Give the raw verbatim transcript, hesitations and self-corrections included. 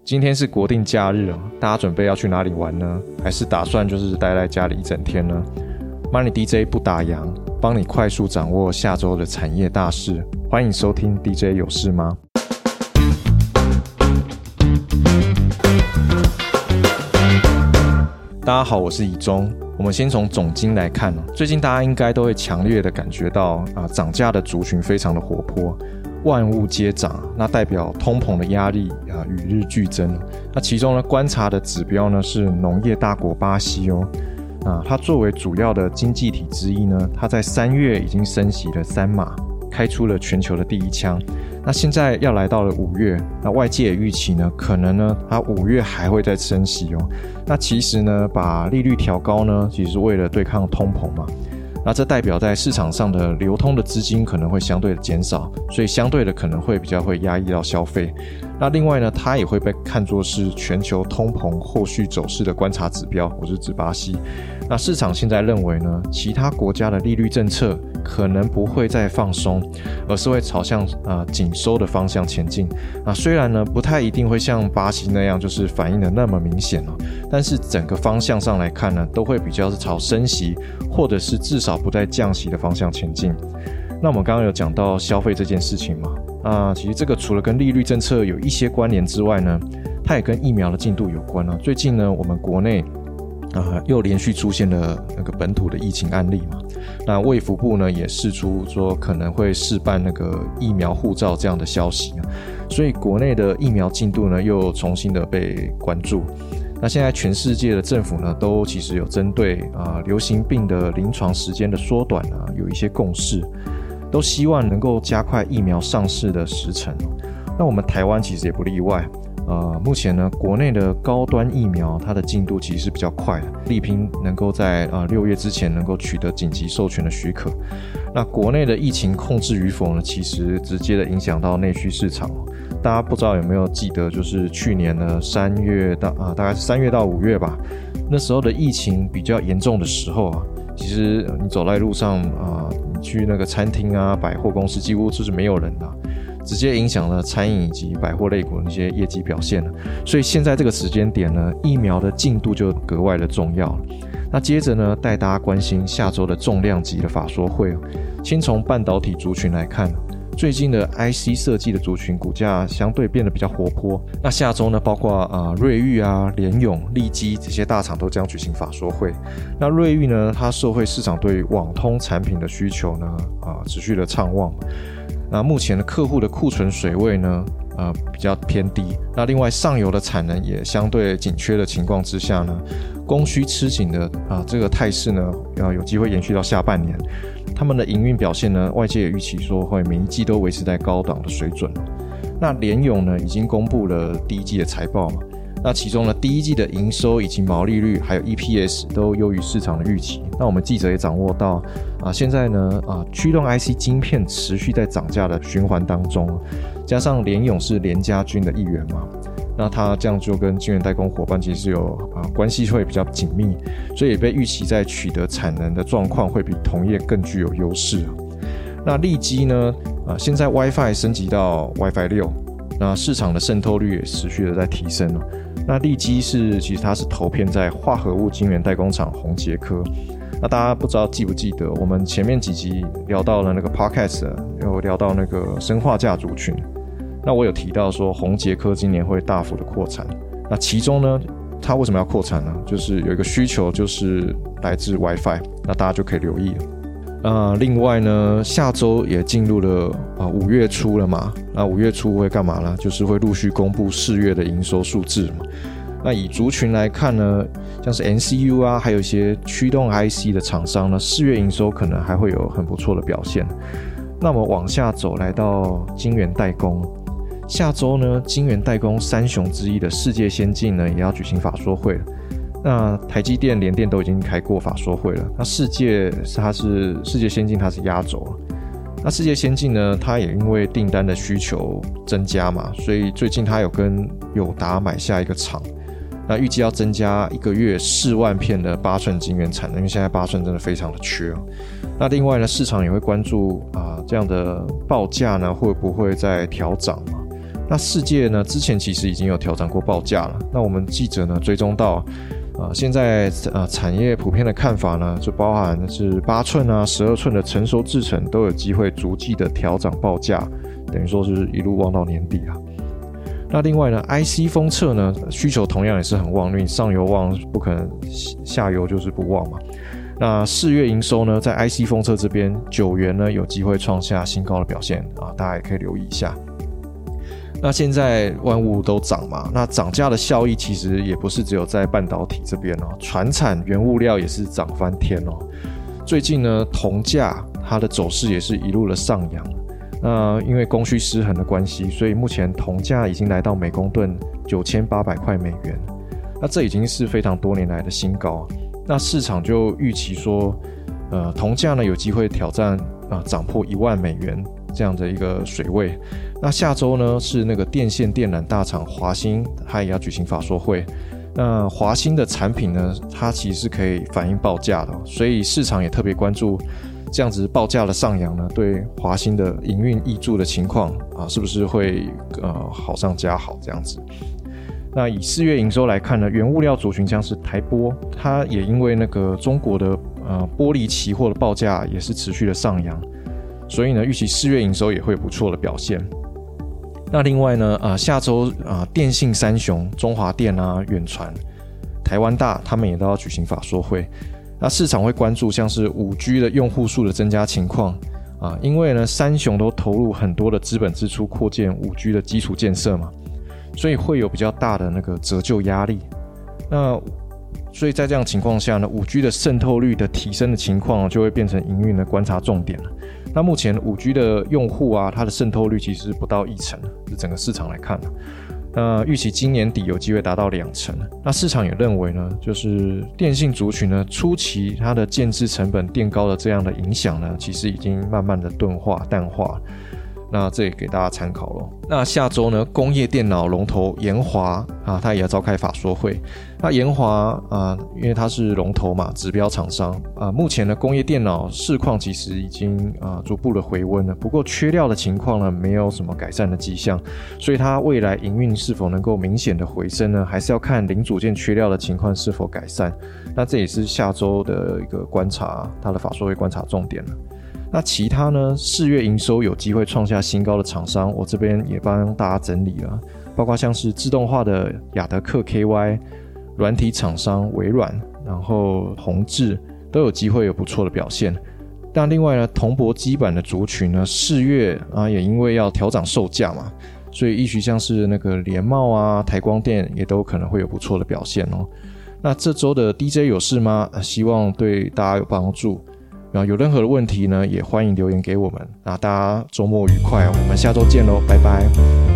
今天是国定假日，大家准备要去哪里玩呢？还是打算就是待在家里一整天呢？ Money D J 不打烊，帮你快速掌握下周的产业大事。欢迎收听 D J 有事吗？大家好，我是以中。我们先从总经来看，最近大家应该都会强烈的感觉到啊，涨价的族群非常的活泼。万物皆涨，那代表通膨的压力啊与日俱增。那其中呢，观察的指标呢是农业大国巴西哦，啊，它作为主要的经济体之一呢，它在三月已经升息了三码，开出了全球的第一枪。那现在要来到了五月，那外界也预期呢，可能呢它五月还会再升息哦。那其实呢，把利率调高呢，其实是为了对抗通膨嘛。那这代表在市场上的流通的资金可能会相对的减少，所以相对的可能会比较会压抑到消费。那另外呢，它也会被看作是全球通膨后续走势的观察指标，我是指巴西。那市场现在认为呢，其他国家的利率政策可能不会再放松，而是会朝向呃紧收的方向前进。那虽然呢不太一定会像巴西那样就是反应的那么明显哦，但是整个方向上来看呢，都会比较是朝升息或者是至少不再降息的方向前进。那我们刚刚有讲到消费这件事情嘛，啊，其实这个除了跟利率政策有一些关联之外呢，它也跟疫苗的进度有关啊。最近呢，我们国内啊又连续出现了那个本土的疫情案例嘛，那卫福部呢也释出说可能会试办那个疫苗护照这样的消息啊，所以国内的疫苗进度呢又重新的被关注。那现在全世界的政府呢，都其实有针对啊、呃、流行病的临床时间的缩短啊，有一些共识，都希望能够加快疫苗上市的时程。那我们台湾其实也不例外，呃，目前呢，国内的高端疫苗它的进度其实是比较快的，力拼能够在呃六月之前能够取得紧急授权的许可。那国内的疫情控制与否呢，其实直接的影响到内需市场。大家不知道有没有记得，就是去年呢三月到啊、呃，大概是三月到五月吧，那时候的疫情比较严重的时候啊，其实你走在路上啊、呃，你去那个餐厅啊、百货公司，几乎就是没有人的、啊，直接影响了餐饮以及百货类股的那些业绩表现了。所以现在这个时间点呢，疫苗的进度就格外的重要了。那接着呢，带大家关心下周的重量级的法说会。先从半导体族群来看。最近的 I C 设计的族群股价相对变得比较活泼。那下周呢，包括啊瑞昱啊、联咏、力积这些大厂都将举行法说会。那瑞昱呢，它受惠市场对于网通产品的需求呢，啊持续的畅旺。那目前的客户的库存水位呢，呃比较偏低。那另外上游的产能也相对紧缺的情况之下呢，供需吃紧的啊这个态势呢，要有机会延续到下半年。他们的营运表现呢，外界也预期说会每一季都维持在高档的水准。那联咏呢，已经公布了第一季的财报嘛，那其中呢，第一季的营收以及毛利率还有 E P S 都优于市场的预期。那我们记者也掌握到啊，现在呢啊，驱动 I C 晶片持续在涨价的循环当中，加上联咏是联家军的一员嘛。那它这样就跟晶圆代工伙伴其实有啊关系会比较紧密，所以也被预期在取得产能的状况会比同业更具有优势。那力积呢啊，现在 WiFi 升级到 WiFi 六，那市场的渗透率也持续的在提升了。那力积是其实它是投片在化合物晶圆代工厂宏捷科。那大家不知道记不记得，我们前面几集聊到了那个 Podcast， 有聊到那个砷化镓族群。那我有提到说宏捷科今年会大幅的扩产，那其中呢，它为什么要扩产呢？就是有一个需求就是来自 WiFi， 那大家就可以留意了。呃，另外呢，下周也进入了啊五月初了嘛，那五月初会干嘛呢？就是会陆续公布四月的营收数字嘛。那以族群来看呢，像是 M C U 啊，还有一些驱动 I C 的厂商呢，四月营收可能还会有很不错的表现。那么往下走，来到晶圆代工。下周呢，晶圆代工三雄之一的世界先进呢，也要举行法说会了。那台积电、联电都已经开过法说会了。那世界它是世界先进，它是压轴了。那世界先进呢，它也因为订单的需求增加嘛，所以最近它有跟友达买下一个厂。那预计要增加一个月四万片的八寸晶圆产能，因为现在八寸真的非常的缺。那另外呢，市场也会关注啊、呃、这样的报价呢会不会再调涨嘛？ 那世界呢之前其实已经有调整过报价了，那我们记者呢追踪到呃，现在呃产业普遍的看法呢，就包含是八寸啊、十二寸的成熟制程都有机会逐季的调涨报价，等于说是一路望到年底啊。那另外呢 ，I C 封测呢需求同样也是很旺，因为你上游旺不可能下游就是不旺嘛。那四月营收呢，在 I C 封测这边九元呢有机会创下新高的表现啊，大家也可以留意一下。那现在万物都涨嘛，那涨价的效益其实也不是只有在半导体这边哦，传产原物料也是涨翻天哦。最近呢，铜价它的走势也是一路的上扬。那因为供需失衡的关系，所以目前铜价已经来到每公吨九千八百块美元，那这已经是非常多年来的新高。那市场就预期说，呃，铜价呢有机会挑战啊涨破一万美元这样的一个水位。那下周呢是那个电线电缆大厂华兴，它也要举行法说会。那华兴的产品呢，它其实是可以反映报价的，所以市场也特别关注这样子报价的上扬呢，对华兴的营运挹注的情况啊，是不是会呃好上加好这样子。那以四月营收来看呢，原物料族群像是台玻，它也因为那个中国的呃玻璃期货的报价也是持续的上扬，所以呢预期四月营收也会有不错的表现。那另外呢，呃，下周啊、呃，电信三雄中华电啊、远传、台湾大，他们也都要举行法说会。那市场会关注像是 五 G 的用户数的增加情况啊，因为呢，三雄都投入很多的资本支出扩建 五 G 的基础建设嘛，所以会有比较大的那个折旧压力。那所以在这样情况下呢 ，五 G 的渗透率的提升的情况就会变成营运的观察重点了。那目前 五 G 的用户啊，它的渗透率其实不到一成，是整个市场来看啊。那预期今年底有机会达到两成。那市场也认为呢，就是电信族群呢，初期它的建制成本垫高的这样的影响呢，其实已经慢慢的钝化淡化。那这也给大家参考咯。那下周呢，工业电脑龙头研华啊，它也要召开法说会。那研华啊，因为它是龙头嘛，指标厂商啊，目前呢，工业电脑市况其实已经啊逐步的回温了，不过缺料的情况呢，没有什么改善的迹象，所以它未来营运是否能够明显的回升呢，还是要看零组件缺料的情况是否改善。那这也是下周的一个观察，它的法说会观察重点了。那其他呢？四月营收有机会创下新高的厂商，我这边也帮大家整理了，包括像是自动化的亚德克 K Y、软体厂商微软，然后宏志都有机会有不错的表现。但另外呢，铜箔基板的族群呢，四月啊也因为要调涨售价嘛，所以预期像是那个联茂啊、台光电也都可能会有不错的表现哦。那这周的 D J 有事吗？希望对大家有帮助。然后有任何的问题呢，也欢迎留言给我们。那大家周末愉快哦，我们下周见喽，拜拜。